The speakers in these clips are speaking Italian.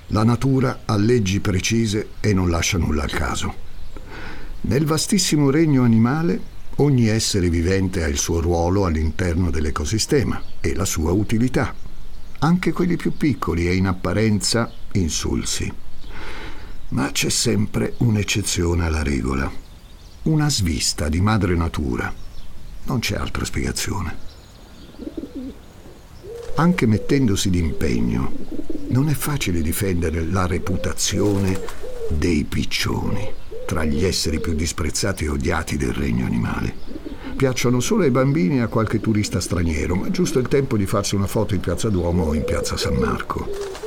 La natura ha leggi precise e non lascia nulla al caso. Nel vastissimo regno animale, ogni essere vivente ha il suo ruolo all'interno dell'ecosistema e la sua utilità, anche quelli più piccoli e in apparenza insulsi. Ma c'è sempre un'eccezione alla regola, una svista di madre natura. Non c'è altra spiegazione. Anche mettendosi d'impegno, non è facile difendere la reputazione dei piccioni tra gli esseri più disprezzati e odiati del regno animale. Piacciono solo ai bambini e a qualche turista straniero, ma è giusto il tempo di farsi una foto in Piazza Duomo o in Piazza San Marco.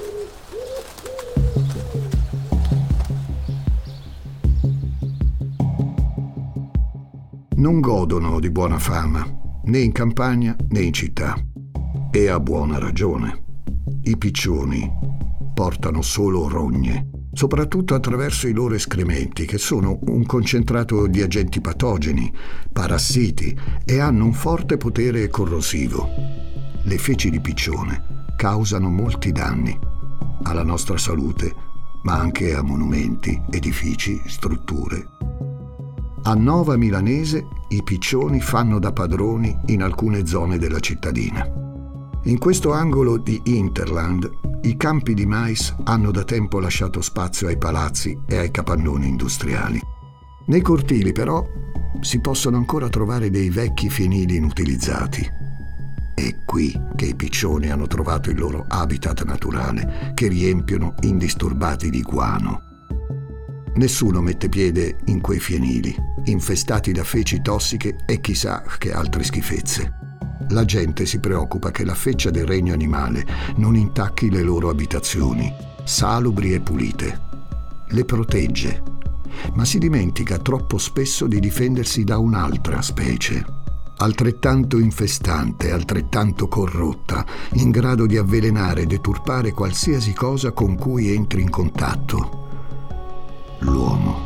Non godono di buona fama, né in campagna né in città. E a buona ragione. I piccioni portano solo rogne, soprattutto attraverso i loro escrementi, che sono un concentrato di agenti patogeni, parassiti e hanno un forte potere corrosivo. Le feci di piccione causano molti danni alla nostra salute, ma anche a monumenti, edifici, strutture. A Nova Milanese i piccioni fanno da padroni in alcune zone della cittadina. In questo angolo di Interland, i campi di mais hanno da tempo lasciato spazio ai palazzi e ai capannoni industriali. Nei cortili, però, si possono ancora trovare dei vecchi fienili inutilizzati. È qui che i piccioni hanno trovato il loro habitat naturale, che riempiono indisturbati di guano. Nessuno mette piede in quei fienili, infestati da feci tossiche e chissà che altre schifezze. La gente si preoccupa che la feccia del regno animale non intacchi le loro abitazioni, salubri e pulite. Le protegge, ma si dimentica troppo spesso di difendersi da un'altra specie, altrettanto infestante, altrettanto corrotta, in grado di avvelenare e deturpare qualsiasi cosa con cui entri in contatto. L'uomo.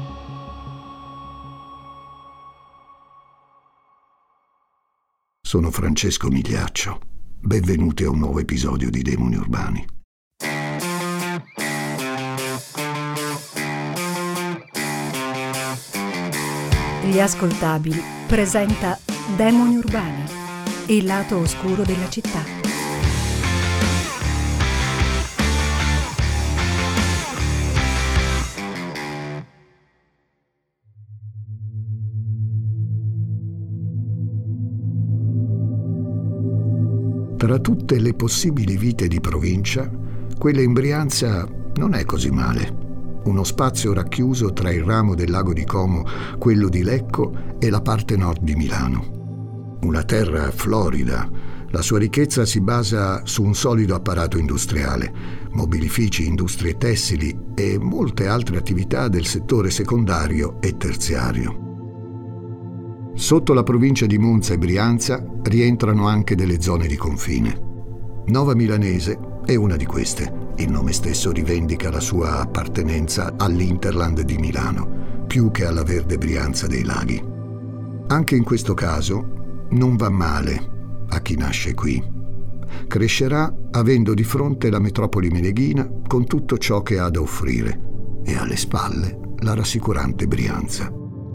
Sono Francesco Migliaccio. Benvenuti a un nuovo episodio di Demoni Urbani. Gli Ascoltabili presenta Demoni Urbani, il lato oscuro della città. Tra tutte le possibili vite di provincia, quella in Brianza non è così male. Uno spazio racchiuso tra il ramo del lago di Como, quello di Lecco e la parte nord di Milano. Una terra florida. La sua ricchezza si basa su un solido apparato industriale, mobilifici, industrie tessili e molte altre attività del settore secondario e terziario. Sotto la provincia di Monza e Brianza rientrano anche delle zone di confine. Nova Milanese è una di queste. Il nome stesso rivendica la sua appartenenza all'Interland di Milano, più che alla verde Brianza dei laghi. Anche in questo caso non va male a chi nasce qui. Crescerà avendo di fronte la metropoli meneghina con tutto ciò che ha da offrire e alle spalle la rassicurante Brianza.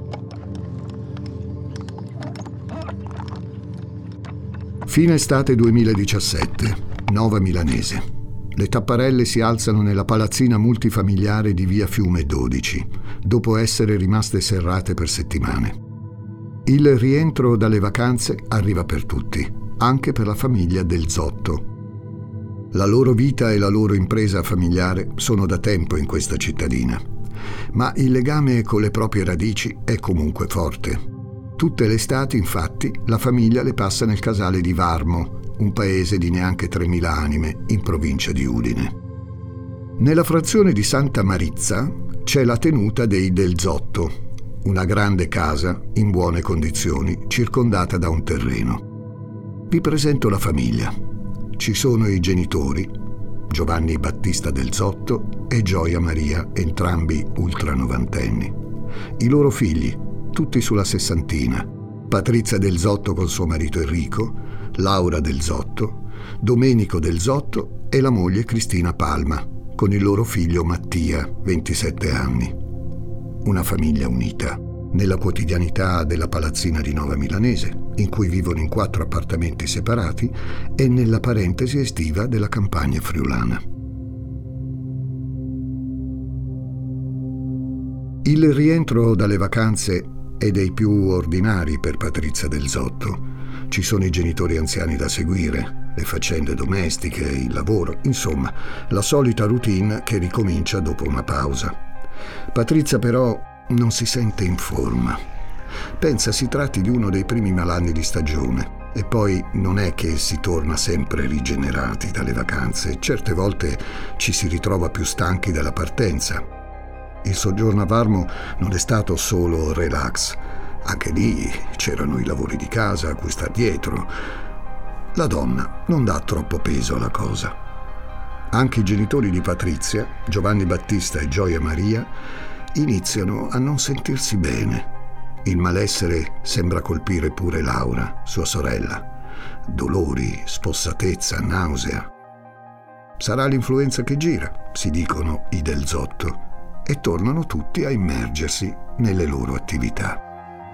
Fine estate 2017, Nova Milanese. Le tapparelle si alzano nella palazzina multifamiliare di via Fiume 12, dopo essere rimaste serrate per settimane. Il rientro dalle vacanze arriva per tutti, anche per la famiglia del Zotto. La loro vita e la loro impresa familiare sono da tempo in questa cittadina, ma il legame con le proprie radici è comunque forte. Tutte le estati, infatti, la famiglia le passa nel casale di Varmo, un paese di neanche 3.000 anime in provincia di Udine. Nella frazione di Santa Marizza c'è la tenuta dei Del Zotto, una grande casa in buone condizioni, circondata da un terreno. Vi presento la famiglia. Ci sono i genitori, Giovanni Battista Del Zotto e Gioia Maria, entrambi ultranovantenni. I loro figli, tutti sulla sessantina: Patrizia Del Zotto con suo marito Enrico, Laura Del Zotto, Domenico Del Zotto e la moglie Cristina Palma, con il loro figlio Mattia, 27 anni. Una famiglia unita nella quotidianità della palazzina di Nova Milanese, in cui vivono in 4 appartamenti separati, e nella parentesi estiva della campagna friulana. Il rientro dalle vacanze è dei più ordinari per Patrizia Del Zotto. Ci sono i genitori anziani da seguire, le faccende domestiche, il lavoro, insomma, la solita routine che ricomincia dopo una pausa. Patrizia però non si sente in forma. Pensa si tratti di uno dei primi malanni di stagione, e poi non è che si torna sempre rigenerati dalle vacanze. Certe volte ci si ritrova più stanchi della partenza. Il soggiorno a Varmo non è stato solo relax. Anche lì c'erano i lavori di casa a cui star dietro. La donna non dà troppo peso alla cosa. Anche i genitori di Patrizia, Giovanni Battista e Gioia Maria, iniziano a non sentirsi bene. Il malessere sembra colpire pure Laura, sua sorella. Dolori, spossatezza, nausea. Sarà l'influenza che gira, si dicono i Del Zotto, e tornano tutti a immergersi nelle loro attività.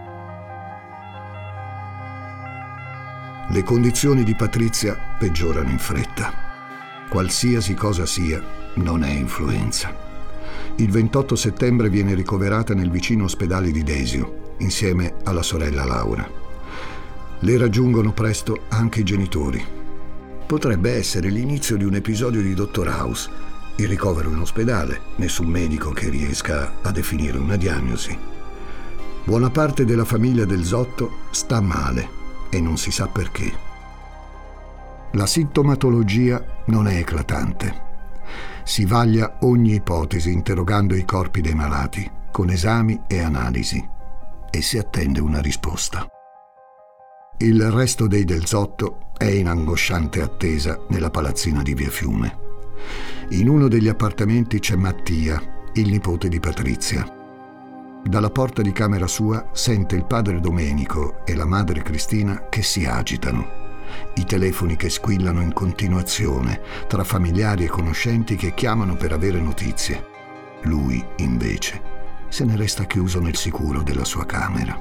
Le condizioni di Patrizia peggiorano in fretta. Qualsiasi cosa sia, non è influenza. Il 28 settembre viene ricoverata nel vicino ospedale di Desio, insieme alla sorella Laura. Le raggiungono presto anche i genitori. Potrebbe essere l'inizio di un episodio di Dottor House. Il ricovero in ospedale, nessun medico che riesca a definire una diagnosi. Buona parte della famiglia Del Zotto sta male e non si sa perché. La sintomatologia non è eclatante. Si vaglia ogni ipotesi interrogando i corpi dei malati, con esami e analisi, e si attende una risposta. Il resto dei Del Zotto è in angosciante attesa nella palazzina di Via Fiume. In uno degli appartamenti c'è Mattia, il nipote di Patrizia. Dalla porta di camera sua sente il padre Domenico e la madre Cristina che si agitano. I telefoni che squillano in continuazione tra familiari e conoscenti che chiamano per avere notizie. Lui, invece, se ne resta chiuso nel sicuro della sua camera.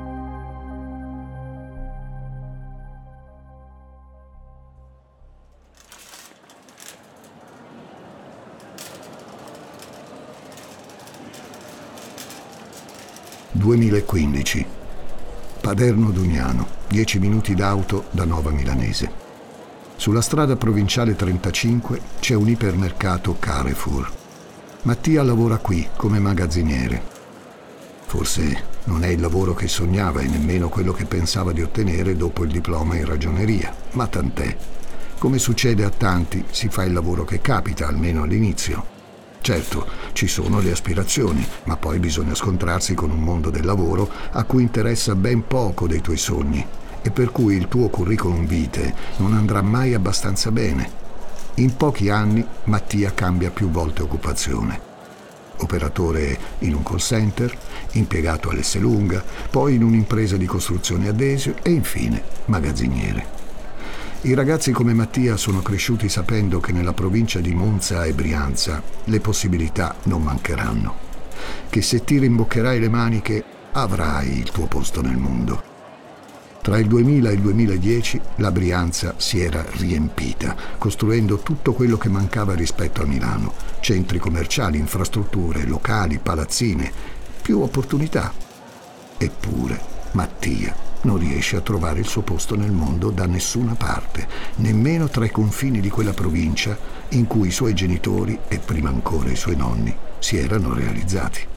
(2015) Paderno Dugnano, 10 minuti d'auto da Nova Milanese. Sulla strada provinciale 35 c'è un ipermercato Carrefour. Mattia lavora qui come magazziniere. Forse non è il lavoro che sognava e nemmeno quello che pensava di ottenere dopo il diploma in ragioneria, ma tant'è. Come succede a tanti, si fa il lavoro che capita, almeno all'inizio. Certo, ci sono le aspirazioni, ma poi bisogna scontrarsi con un mondo del lavoro a cui interessa ben poco dei tuoi sogni e per cui il tuo curriculum vitae non andrà mai abbastanza bene. In pochi anni Mattia cambia più volte occupazione. Operatore in un call center, impiegato all'Esselunga, poi in un'impresa di costruzione a Desio e infine magazziniere. I ragazzi come Mattia sono cresciuti sapendo che nella provincia di Monza e Brianza le possibilità non mancheranno, che se ti rimboccherai le maniche avrai il tuo posto nel mondo. Tra il 2000 e il 2010 la Brianza si era riempita, costruendo tutto quello che mancava rispetto a Milano: centri commerciali, infrastrutture, locali, palazzine, più opportunità. Eppure Mattia non riesce a trovare il suo posto nel mondo da nessuna parte, nemmeno tra i confini di quella provincia in cui i suoi genitori e prima ancora i suoi nonni si erano realizzati.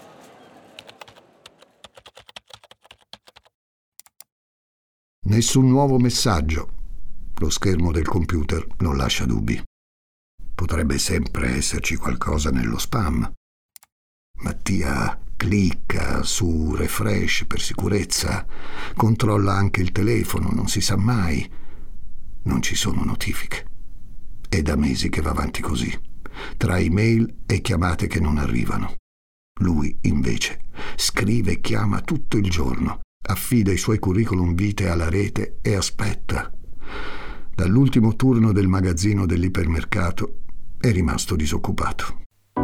Nessun nuovo messaggio. Lo schermo del computer non lascia dubbi. Potrebbe sempre esserci qualcosa nello spam. Mattia clicca su refresh per sicurezza, controlla anche il telefono, non si sa mai. Non ci sono notifiche. È da mesi che va avanti così, tra email e chiamate che non arrivano. Lui, invece, scrive e chiama tutto il giorno, affida i suoi curriculum vitae alla rete e aspetta. Dall'ultimo turno del magazzino dell'ipermercato è rimasto disoccupato.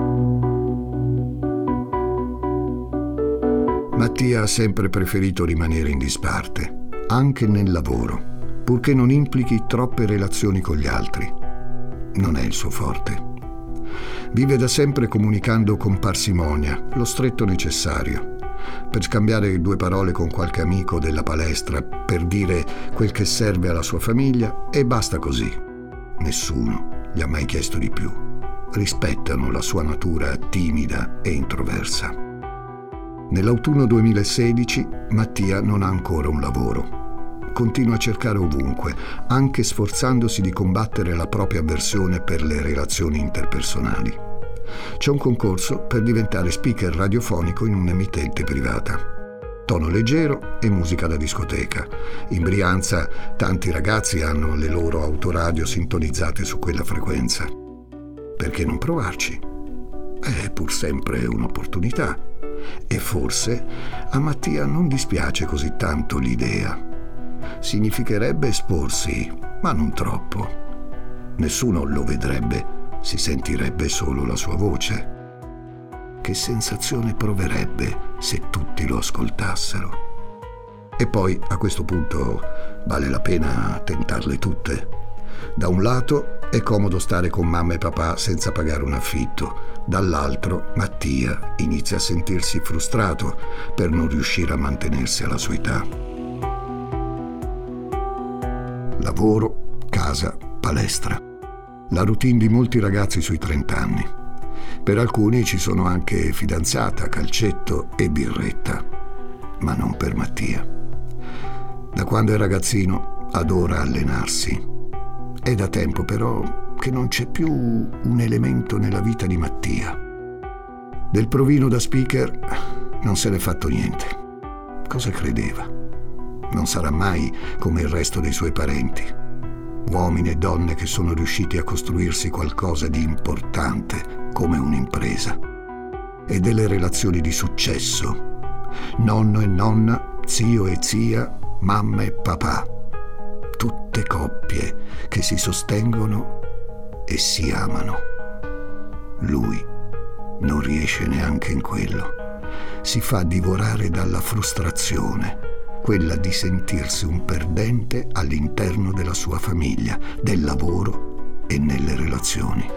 Mattia ha sempre preferito rimanere in disparte, anche nel lavoro, purché non implichi troppe relazioni con gli altri. Non è il suo forte. Vive da sempre comunicando con parsimonia, lo stretto necessario, per scambiare 2 parole con qualche amico della palestra, per dire quel che serve alla sua famiglia, e basta così. Nessuno gli ha mai chiesto di più. Rispettano la sua natura timida e introversa. Nell'autunno 2016 Mattia non ha ancora un lavoro. Continua a cercare ovunque, anche sforzandosi di combattere la propria avversione per le relazioni interpersonali. C'è un concorso per diventare speaker radiofonico in un'emittente privata. Tono leggero e musica da discoteca. In Brianza tanti ragazzi hanno le loro autoradio sintonizzate su quella frequenza. Perché non provarci? È pur sempre un'opportunità. E forse a Mattia non dispiace così tanto l'idea. Significherebbe esporsi, ma non troppo. Nessuno lo vedrebbe, si sentirebbe solo la sua voce. Che sensazione proverebbe se tutti lo ascoltassero? E poi, a questo punto, vale la pena tentarle tutte. Da un lato è comodo stare con mamma e papà senza pagare un affitto. Dall'altro, Mattia inizia a sentirsi frustrato per non riuscire a mantenersi alla sua età. Lavoro, casa, palestra. La routine di molti ragazzi sui 30 anni. Per alcuni ci sono anche fidanzata, calcetto e birretta. Ma non per Mattia. Da quando è ragazzino adora allenarsi. È da tempo però che non c'è più un elemento nella vita di Mattia. Del provino da speaker non se n'è fatto niente. Cosa credeva? Non sarà mai come il resto dei suoi parenti. Uomini e donne che sono riusciti a costruirsi qualcosa di importante come un'impresa. E delle relazioni di successo. Nonno e nonna, zio e zia, mamma e papà. Tutte coppie che si sostengono e si amano. Lui non riesce neanche in quello. Si fa divorare dalla frustrazione, quella di sentirsi un perdente all'interno della sua famiglia, del lavoro e nelle relazioni.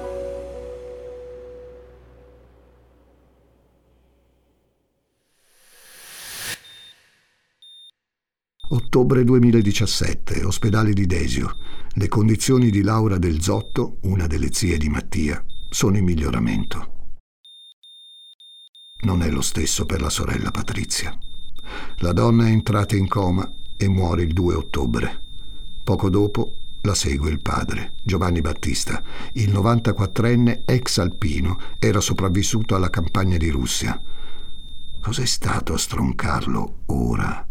Ottobre 2017, ospedale di Desio. Le condizioni di Laura Del Zotto, una delle zie di Mattia, sono in miglioramento. Non è lo stesso per la sorella Patrizia. La donna è entrata in coma e muore il 2 ottobre. Poco dopo la segue il padre, Giovanni Battista. Il 94enne ex alpino era sopravvissuto alla campagna di Russia. Cos'è stato a stroncarlo ora?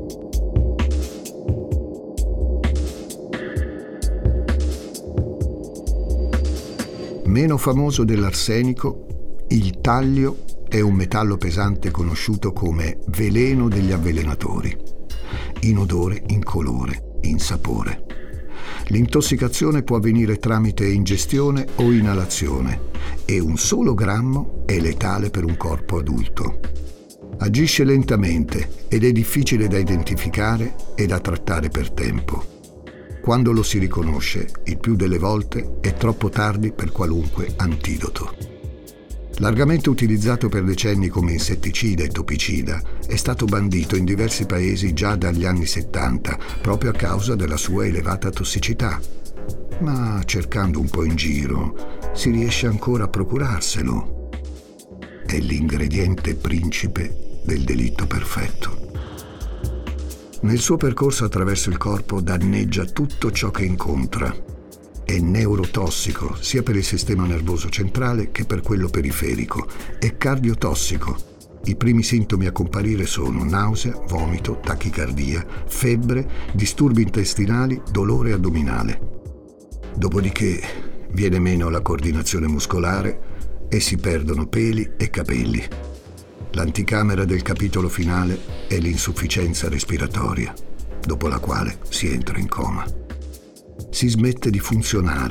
Meno famoso dell'arsenico, il tallio è un metallo pesante conosciuto come veleno degli avvelenatori. In odore, in colore, in sapore. L'intossicazione può avvenire tramite ingestione o inalazione e un solo grammo è letale per un corpo adulto. Agisce lentamente ed è difficile da identificare e da trattare per tempo. Quando lo si riconosce, il più delle volte è troppo tardi per qualunque antidoto. Largamente utilizzato per decenni come insetticida e topicida, è stato bandito in diversi paesi già dagli anni 70, proprio a causa della sua elevata tossicità. Ma cercando un po' in giro, si riesce ancora a procurarselo. È l'ingrediente principe del delitto perfetto. Nel suo percorso attraverso il corpo danneggia tutto ciò che incontra. È neurotossico sia per il sistema nervoso centrale che per quello periferico. È cardiotossico. I primi sintomi a comparire sono nausea, vomito, tachicardia, febbre, disturbi intestinali, dolore addominale. Dopodiché viene meno la coordinazione muscolare e si perdono peli e capelli. L'anticamera del capitolo finale è l'insufficienza respiratoria, dopo la quale si entra in coma. Si smette di funzionare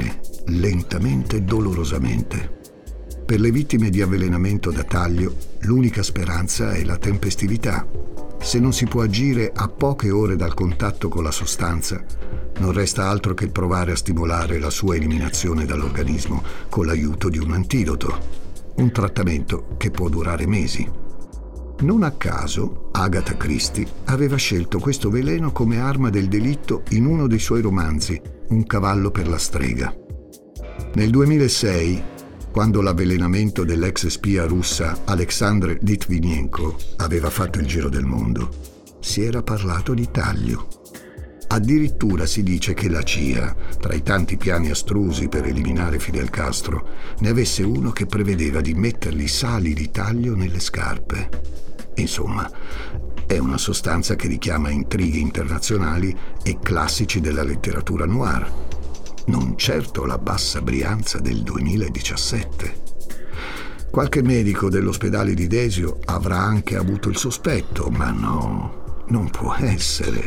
lentamente e dolorosamente. Per le vittime di avvelenamento da taglio, l'unica speranza è la tempestività. Se non si può agire a poche ore dal contatto con la sostanza, non resta altro che provare a stimolare la sua eliminazione dall'organismo con l'aiuto di un antidoto, un trattamento che può durare mesi. Non a caso, Agatha Christie aveva scelto questo veleno come arma del delitto in uno dei suoi romanzi, Un cavallo per la strega. Nel 2006, quando l'avvelenamento dell'ex spia russa Alexandr Litvinenko aveva fatto il giro del mondo, si era parlato di taglio. Addirittura si dice che la CIA, tra i tanti piani astrusi per eliminare Fidel Castro, ne avesse uno che prevedeva di mettergli sali di taglio nelle scarpe. Insomma, è una sostanza che richiama intrighi internazionali e classici della letteratura noir. Non certo la bassa Brianza del 2017. Qualche medico dell'ospedale di Desio avrà anche avuto il sospetto, ma no, non può essere.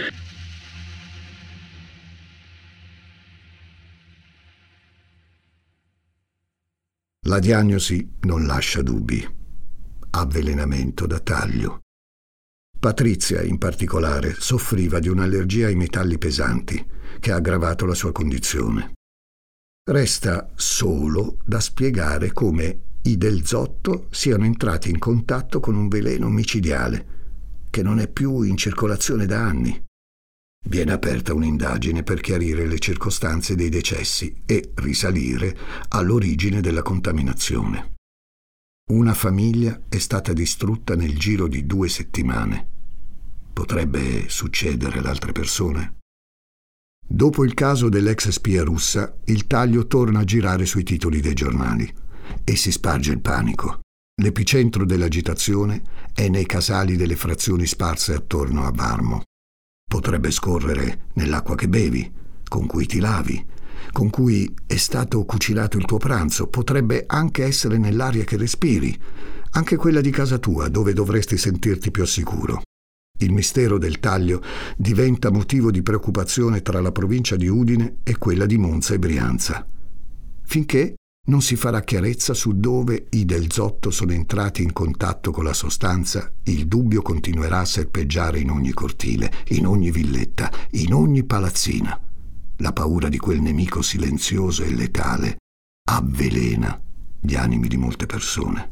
La diagnosi non lascia dubbi. Avvelenamento da taglio. Patrizia, in particolare, soffriva di un'allergia ai metalli pesanti che ha aggravato la sua condizione. Resta solo da spiegare come i Del Zotto siano entrati in contatto con un veleno micidiale che non è più in circolazione da anni. Viene aperta un'indagine per chiarire le circostanze dei decessi e risalire all'origine della contaminazione. Una famiglia è stata distrutta nel giro di 2 settimane. Potrebbe succedere ad altre persone? Dopo il caso dell'ex spia russa, il taglio torna a girare sui titoli dei giornali e si sparge il panico. L'epicentro dell'agitazione è nei casali delle frazioni sparse attorno a Varmo. Potrebbe scorrere nell'acqua che bevi, con cui ti lavi, con cui è stato cucinato il tuo pranzo. Potrebbe anche essere nell'aria che respiri, anche quella di casa tua, dove dovresti sentirti più al sicuro. Il mistero del taglio diventa motivo di preoccupazione tra la provincia di Udine e quella di Monza e Brianza, finché non si farà chiarezza su dove i Del Zotto sono entrati in contatto con la sostanza. Il dubbio continuerà a serpeggiare in ogni cortile, in ogni villetta, in ogni palazzina. La paura di quel nemico silenzioso e letale avvelena gli animi di molte persone.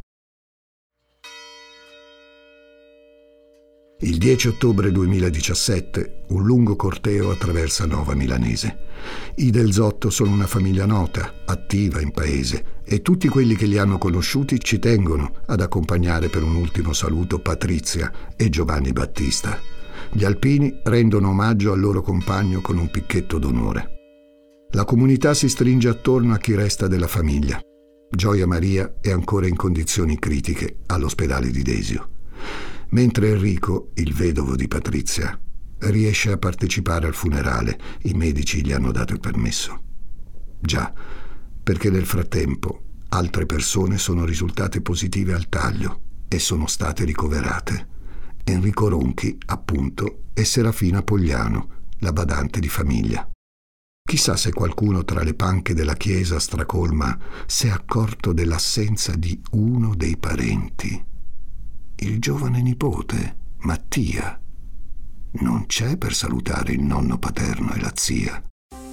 Il 10 ottobre 2017 un lungo corteo attraversa Nova Milanese. I Del Zotto sono una famiglia nota, attiva in paese, e tutti quelli che li hanno conosciuti ci tengono ad accompagnare per un ultimo saluto Patrizia e Giovanni Battista. Gli alpini rendono omaggio al loro compagno con un picchetto d'onore. La comunità si stringe attorno a chi resta della famiglia. Gioia Maria è ancora in condizioni critiche all'ospedale di Desio, mentre Enrico, il vedovo di Patrizia, riesce a partecipare al funerale. I medici gli hanno dato il permesso. Già, perché nel frattempo altre persone sono risultate positive al taglio e sono state ricoverate. Enrico Ronchi, appunto, e Serafina Pogliano, la badante di famiglia. Chissà se qualcuno tra le panche della chiesa stracolma si è accorto dell'assenza di uno dei parenti. Il giovane nipote, Mattia, non c'è per salutare il nonno paterno e la zia.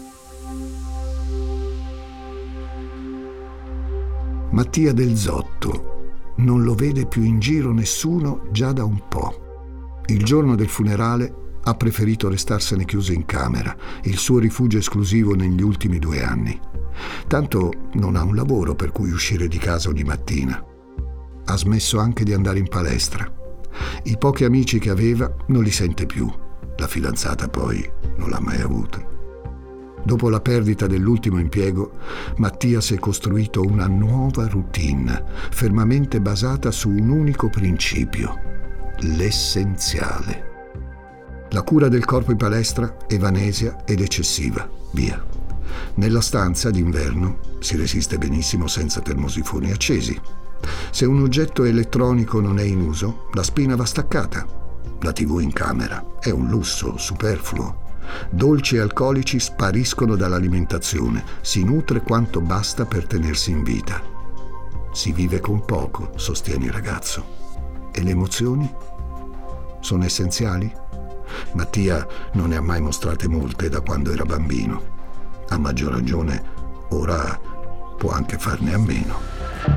Mattia Del Zotto non lo vede più in giro nessuno già da un po'. Il giorno del funerale ha preferito restarsene chiuso in camera, il suo rifugio esclusivo negli ultimi 2 anni. Tanto non ha un lavoro per cui uscire di casa ogni mattina. Ha smesso anche di andare in palestra. I pochi amici che aveva non li sente più. La fidanzata poi non l'ha mai avuta. Dopo la perdita dell'ultimo impiego, Mattia si è costruito una nuova routine, fermamente basata su un unico principio: l'essenziale. La cura del corpo in palestra è vanesia ed eccessiva. Via. Nella stanza d'inverno si resiste benissimo senza termosifoni accesi. Se un oggetto elettronico non è in uso, la spina va staccata. La TV in camera è un lusso superfluo. Dolci e alcolici spariscono dall'alimentazione, si nutre quanto basta per tenersi in vita. Si vive con poco, sostiene il ragazzo. E le emozioni? Sono essenziali? Mattia non ne ha mai mostrate molte da quando era bambino. A maggior ragione, ora può anche farne a meno.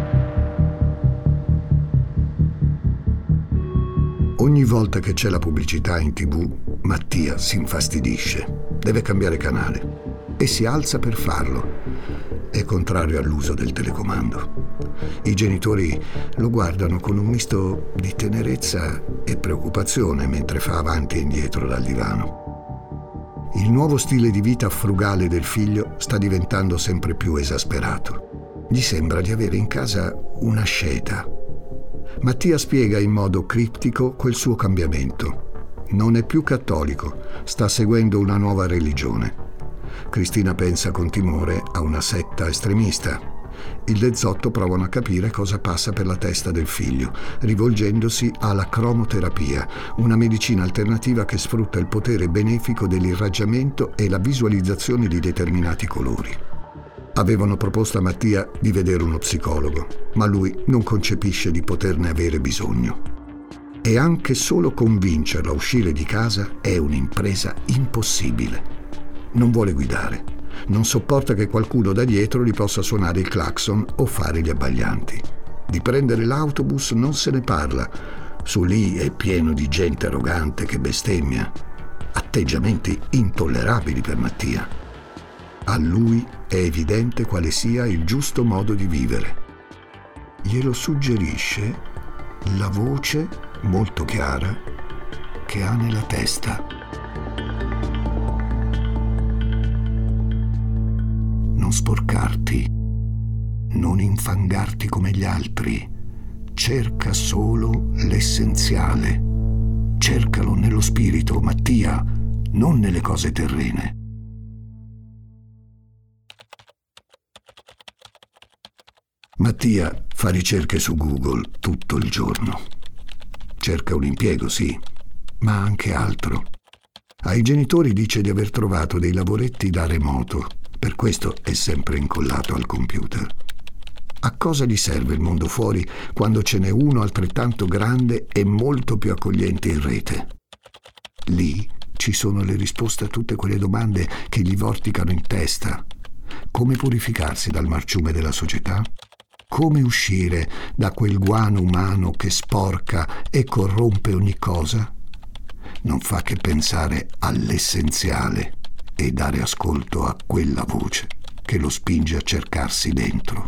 Ogni volta che c'è la pubblicità in TV, Mattia si infastidisce. Deve cambiare canale e si alza per farlo. È contrario all'uso del telecomando. I genitori lo guardano con un misto di tenerezza e preoccupazione mentre fa avanti e indietro dal divano. Il nuovo stile di vita frugale del figlio sta diventando sempre più esasperato. Gli sembra di avere in casa una sceta. Mattia spiega in modo criptico quel suo cambiamento. Non è più cattolico, sta seguendo una nuova religione. Cristina pensa con timore a una setta estremista. Il Delzotto provano a capire cosa passa per la testa del figlio, rivolgendosi alla cromoterapia, una medicina alternativa che sfrutta il potere benefico dell'irraggiamento e la visualizzazione di determinati colori. Avevano proposto a Mattia di vedere uno psicologo, ma lui non concepisce di poterne avere bisogno. E anche solo convincerlo a uscire di casa è un'impresa impossibile. Non vuole guidare, non sopporta che qualcuno da dietro gli possa suonare il clacson o fare gli abbaglianti. Di prendere l'autobus non se ne parla, su lì è pieno di gente arrogante che bestemmia. Atteggiamenti intollerabili per Mattia. A lui è evidente quale sia il giusto modo di vivere. Glielo suggerisce la voce molto chiara che ha nella testa. Non sporcarti, non infangarti come gli altri. Cerca solo l'essenziale. Cercalo nello spirito, Mattia, non nelle cose terrene. Mattia fa ricerche su Google tutto il giorno. Cerca un impiego, sì, ma anche altro. Ai genitori dice di aver trovato dei lavoretti da remoto, per questo è sempre incollato al computer. A cosa gli serve il mondo fuori quando ce n'è uno altrettanto grande e molto più accogliente in rete? Lì ci sono le risposte a tutte quelle domande che gli vorticano in testa. Come purificarsi dal marciume della società? Come uscire da quel guano umano che sporca e corrompe ogni cosa? Non fa che pensare all'essenziale e dare ascolto a quella voce che lo spinge a cercarsi dentro.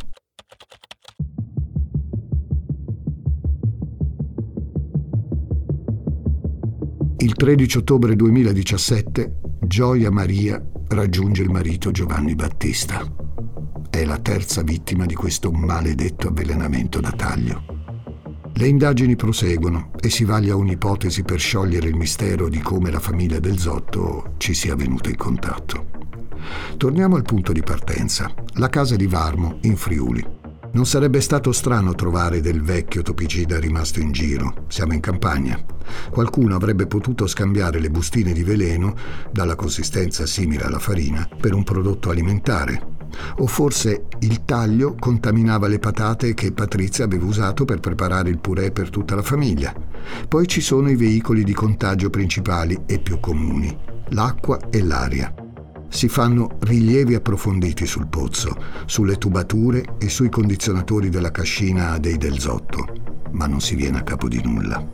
Il 13 ottobre 2017 Gioia Maria raggiunge il marito Giovanni Battista. È la terza vittima di questo maledetto avvelenamento da taglio. Le indagini proseguono e si vaglia ogni ipotesi per sciogliere il mistero di come la famiglia Delzotto ci sia venuta in contatto. Torniamo al punto di partenza, la casa di Varmo in Friuli. Non sarebbe stato strano trovare del vecchio topicida rimasto in giro. Siamo in campagna. Qualcuno avrebbe potuto scambiare le bustine di veleno, dalla consistenza simile alla farina, per un prodotto alimentare. O forse il taglio contaminava le patate che Patrizia aveva usato per preparare il purè per tutta la famiglia. Poi ci sono i veicoli di contagio principali e più comuni, l'acqua e l'aria. Si fanno rilievi approfonditi sul pozzo, sulle tubature e sui condizionatori della cascina dei Delzotto, ma non si viene a capo di nulla.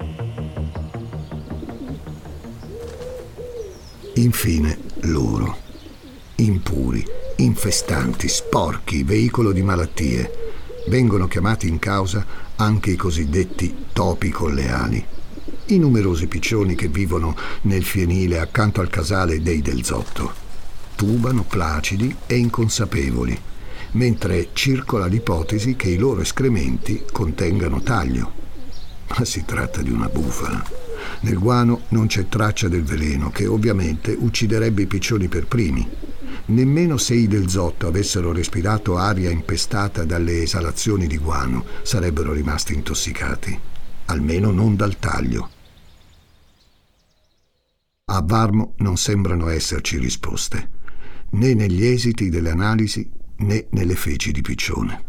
Infine loro, impuri, infestanti, sporchi, veicolo di malattie. Vengono chiamati in causa anche i cosiddetti topi con le ali, i numerosi piccioni che vivono nel fienile accanto al casale dei Delzotto. Tubano placidi e inconsapevoli, mentre circola l'ipotesi che i loro escrementi contengano taglio. Ma si tratta di una bufala. Nel guano non c'è traccia del veleno, che ovviamente ucciderebbe i piccioni per primi. Nemmeno se i Delzotto avessero respirato aria impestata dalle esalazioni di guano sarebbero rimasti intossicati, almeno non dal taglio. A Varmo non sembrano esserci risposte, né negli esiti delle analisi né nelle feci di Piccione.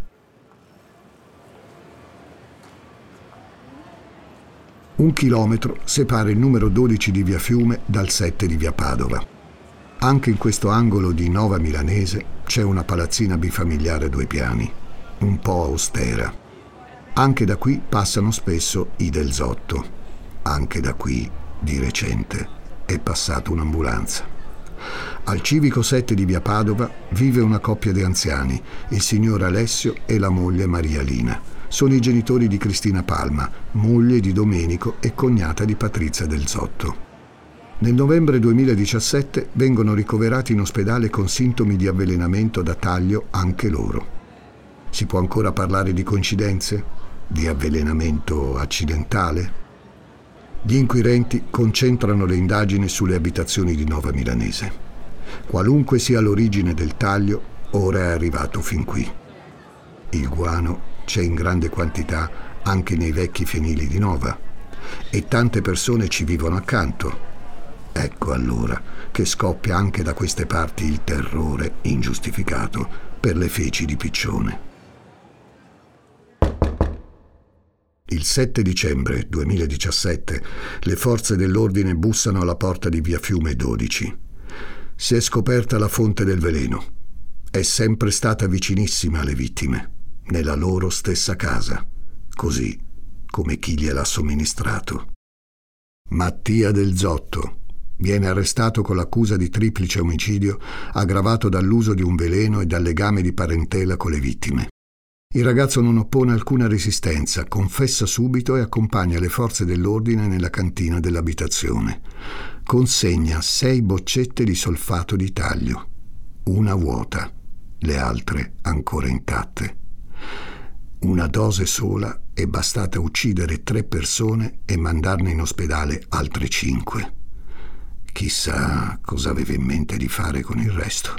Un chilometro separa il numero 12 di via Fiume dal 7 di via Padova. Anche in questo angolo di Nova Milanese c'è una palazzina bifamiliare a 2 piani, un po' austera. Anche da qui passano spesso i Del Zotto. Anche da qui, di recente, è passata un'ambulanza. Al civico 7 di via Padova vive una coppia di anziani, il signor Alessio e la moglie Maria Lina. Sono i genitori di Cristina Palma, moglie di Domenico e cognata di Patrizia Del Zotto. Nel novembre 2017 vengono ricoverati in ospedale con sintomi di avvelenamento da taglio anche loro. Si può ancora parlare di coincidenze? Di avvelenamento accidentale? Gli inquirenti concentrano le indagini sulle abitazioni di Nova Milanese. Qualunque sia l'origine del taglio, ora è arrivato fin qui. Il guano c'è in grande quantità anche nei vecchi fienili di Nova e tante persone ci vivono accanto. Ecco allora che scoppia anche da queste parti il terrore ingiustificato per le feci di Piccione. Il 7 dicembre 2017 le forze dell'ordine bussano alla porta di via Fiume 12. Si è scoperta la fonte del veleno. È sempre stata vicinissima alle vittime, nella loro stessa casa, così come chi gliel'ha somministrato. Mattia Del Zotto viene arrestato con l'accusa di triplice omicidio aggravato dall'uso di un veleno e dal legame di parentela con le vittime. Il ragazzo non oppone alcuna resistenza, confessa subito e accompagna le forze dell'ordine nella cantina dell'abitazione. Consegna 6 boccette di solfato di taglio, una vuota, le altre ancora intatte. Una dose sola è bastata a uccidere 3 persone e mandarne in ospedale altre 5. Chissà cosa aveva in mente di fare con il resto.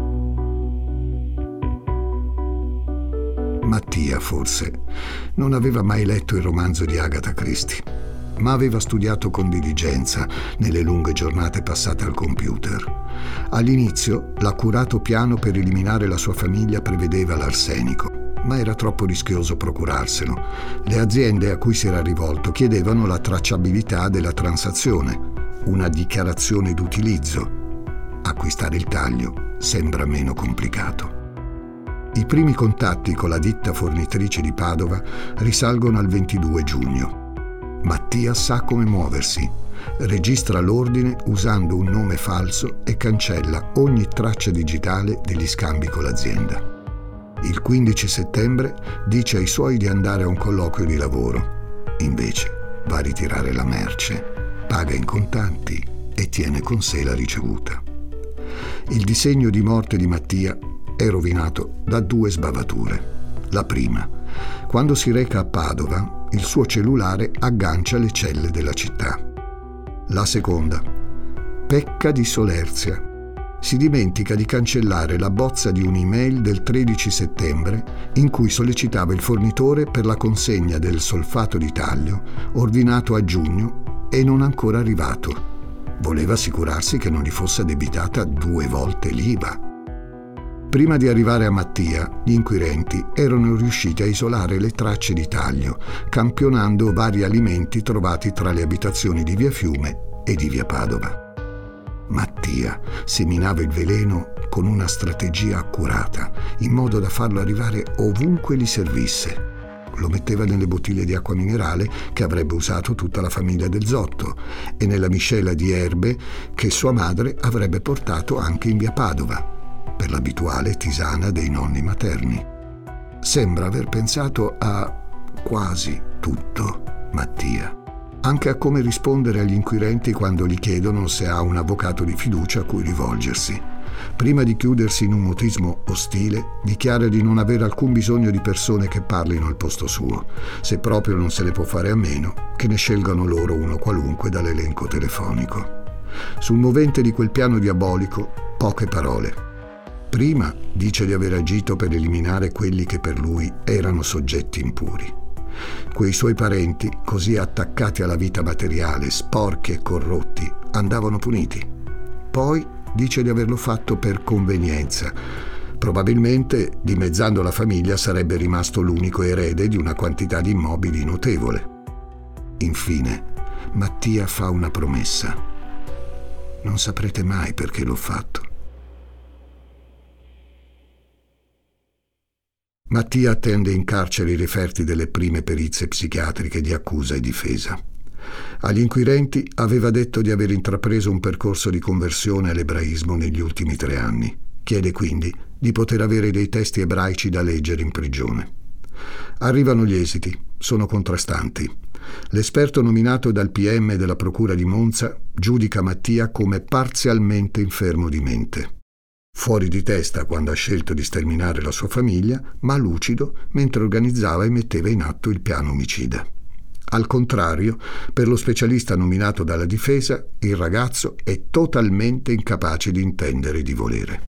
Mattia, forse, non aveva mai letto il romanzo di Agatha Christie, ma aveva studiato con diligenza nelle lunghe giornate passate al computer. All'inizio, l'accurato piano per eliminare la sua famiglia prevedeva l'arsenico, ma era troppo rischioso procurarselo. Le aziende a cui si era rivolto chiedevano la tracciabilità della transazione, una dichiarazione d'utilizzo. Acquistare il taglio sembra meno complicato. I primi contatti con la ditta fornitrice di Padova risalgono al 22 giugno. Mattia sa come muoversi, registra l'ordine usando un nome falso e cancella ogni traccia digitale degli scambi con l'azienda. Il 15 settembre dice ai suoi di andare a un colloquio di lavoro. Invece va a ritirare la merce, paga in contanti e tiene con sé la ricevuta. Il disegno di morte di Mattia è rovinato da 2 sbavature. La prima, quando si reca a Padova, il suo cellulare aggancia le celle della città. La seconda, pecca di solerzia. Si dimentica di cancellare la bozza di un'email del 13 settembre in cui sollecitava il fornitore per la consegna del solfato di taglio ordinato a giugno e non ancora arrivato. Voleva assicurarsi che non gli fosse addebitata 2 volte l'IVA. Prima di arrivare a Mattia, gli inquirenti erano riusciti a isolare le tracce di taglio, campionando vari alimenti trovati tra le abitazioni di via Fiume e di via Padova. Mattia seminava il veleno con una strategia accurata, in modo da farlo arrivare ovunque gli servisse. Lo metteva nelle bottiglie di acqua minerale che avrebbe usato tutta la famiglia Del Zotto e nella miscela di erbe che sua madre avrebbe portato anche in via Padova, per l'abituale tisana dei nonni materni. Sembra aver pensato a quasi tutto, Mattia. Anche a come rispondere agli inquirenti quando gli chiedono se ha un avvocato di fiducia a cui rivolgersi. Prima di chiudersi in un mutismo ostile, dichiara di non avere alcun bisogno di persone che parlino al posto suo. Se proprio non se ne può fare a meno, che ne scelgano loro uno qualunque dall'elenco telefonico. Sul movente di quel piano diabolico, poche parole. Prima dice di aver agito per eliminare quelli che per lui erano soggetti impuri. Quei suoi parenti, così attaccati alla vita materiale, sporchi e corrotti, andavano puniti. Poi dice di averlo fatto per convenienza. Probabilmente, dimezzando la famiglia, sarebbe rimasto l'unico erede di una quantità di immobili notevole. Infine, Mattia fa una promessa. Non saprete mai perché l'ho fatto. Mattia attende in carcere i referti delle prime perizie psichiatriche di accusa e difesa. Agli inquirenti aveva detto di aver intrapreso un percorso di conversione all'ebraismo negli ultimi 3 anni. Chiede quindi di poter avere dei testi ebraici da leggere in prigione. Arrivano gli esiti, sono contrastanti. L'esperto nominato dal PM della Procura di Monza giudica Mattia come parzialmente infermo di mente. Fuori di testa quando ha scelto di sterminare la sua famiglia, ma lucido mentre organizzava e metteva in atto il piano omicida. Al contrario, per lo specialista nominato dalla difesa, il ragazzo è totalmente incapace di intendere e di volere.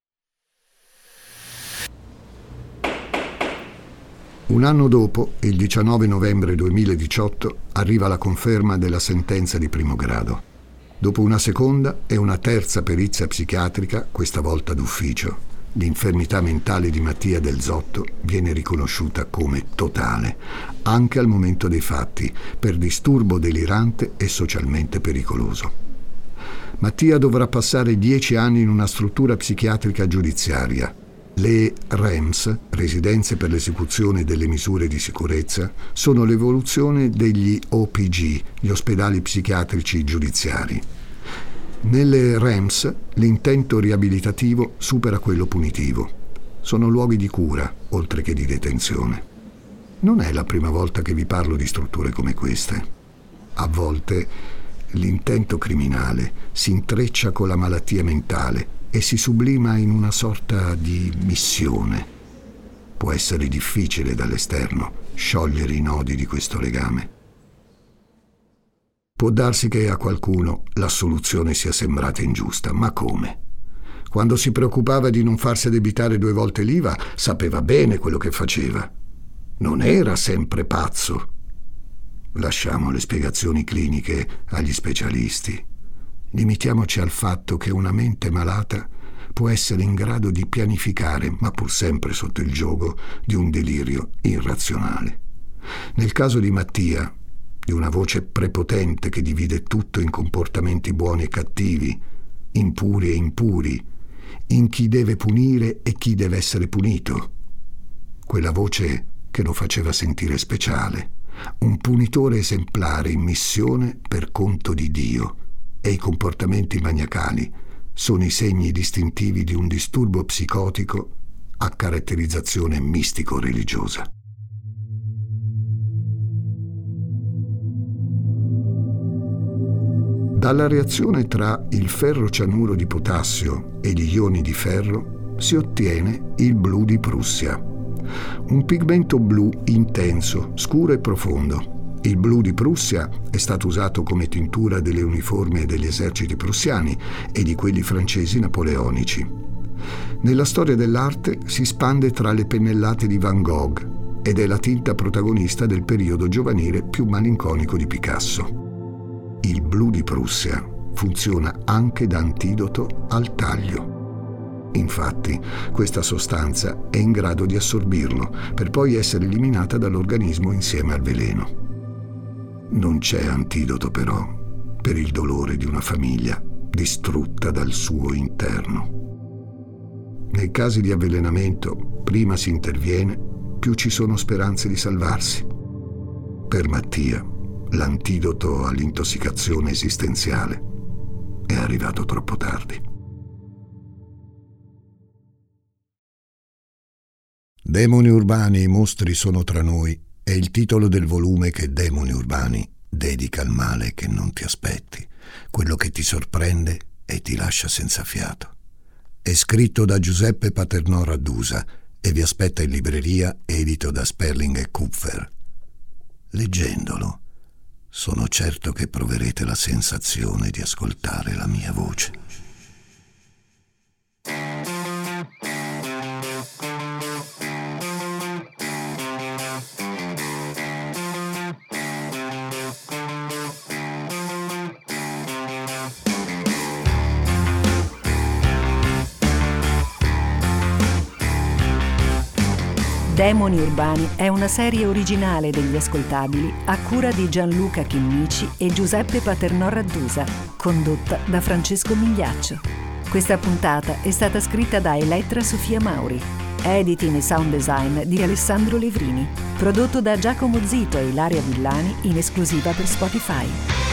Un anno dopo, il 19 novembre 2018, arriva la conferma della sentenza di primo grado. Dopo una seconda e una terza perizia psichiatrica, questa volta d'ufficio, l'infermità mentale di Mattia Del Zotto viene riconosciuta come totale, anche al momento dei fatti, per disturbo delirante e socialmente pericoloso. Mattia dovrà passare 10 anni in una struttura psichiatrica giudiziaria. Le REMS, residenze per l'esecuzione delle misure di sicurezza, sono l'evoluzione degli OPG, gli ospedali psichiatrici giudiziari. Nelle REMS l'intento riabilitativo supera quello punitivo. Sono luoghi di cura, oltre che di detenzione. Non è la prima volta che vi parlo di strutture come queste. A volte l'intento criminale si intreccia con la malattia mentale e si sublima in una sorta di missione. Può essere difficile dall'esterno sciogliere i nodi di questo legame. Può darsi che a qualcuno la soluzione sia sembrata ingiusta, ma come? Quando si preoccupava di non farsi addebitare 2 volte l'IVA, sapeva bene quello che faceva. Non era sempre pazzo. Lasciamo le spiegazioni cliniche agli specialisti. Limitiamoci al fatto che una mente malata può essere in grado di pianificare, ma pur sempre sotto il giogo di un delirio irrazionale. Nel caso di Mattia, di una voce prepotente che divide tutto in comportamenti buoni e cattivi, impuri e impuri, in chi deve punire e chi deve essere punito. Quella voce che lo faceva sentire speciale, un punitore esemplare in missione per conto di Dio. E i comportamenti maniacali sono i segni distintivi di un disturbo psicotico a caratterizzazione mistico-religiosa. Dalla reazione tra il ferrocianuro di potassio e gli ioni di ferro si ottiene il blu di Prussia, un pigmento blu intenso, scuro e profondo. Il blu di Prussia è stato usato come tintura delle uniformi degli eserciti prussiani e di quelli francesi napoleonici. Nella storia dell'arte si spande tra le pennellate di Van Gogh ed è la tinta protagonista del periodo giovanile più malinconico di Picasso. Il blu di Prussia funziona anche da antidoto al taglio. Infatti, questa sostanza è in grado di assorbirlo per poi essere eliminata dall'organismo insieme al veleno. Non c'è antidoto però per il dolore di una famiglia distrutta dal suo interno. Nei casi di avvelenamento, prima si interviene, più ci sono speranze di salvarsi. Per Mattia, l'antidoto all'intossicazione esistenziale è arrivato troppo tardi. Demoni urbani, i mostri sono tra noi è il titolo del volume che Demoni Urbani dedica al male che non ti aspetti, quello che ti sorprende e ti lascia senza fiato. È scritto da Giuseppe Paternò Raddusa e vi aspetta in libreria, edito da Sperling e Kupfer. Leggendolo, sono certo che proverete la sensazione di ascoltare la mia voce. Demoni Urbani è una serie originale degli Ascoltabili a cura di Gianluca Chinnici e Giuseppe Paternò Raddusa, condotta da Francesco Migliaccio. Questa puntata è stata scritta da Elettra Sofia Mauri, editing e sound design di Alessandro Levrini, prodotto da Giacomo Zito e Ilaria Villani in esclusiva per Spotify.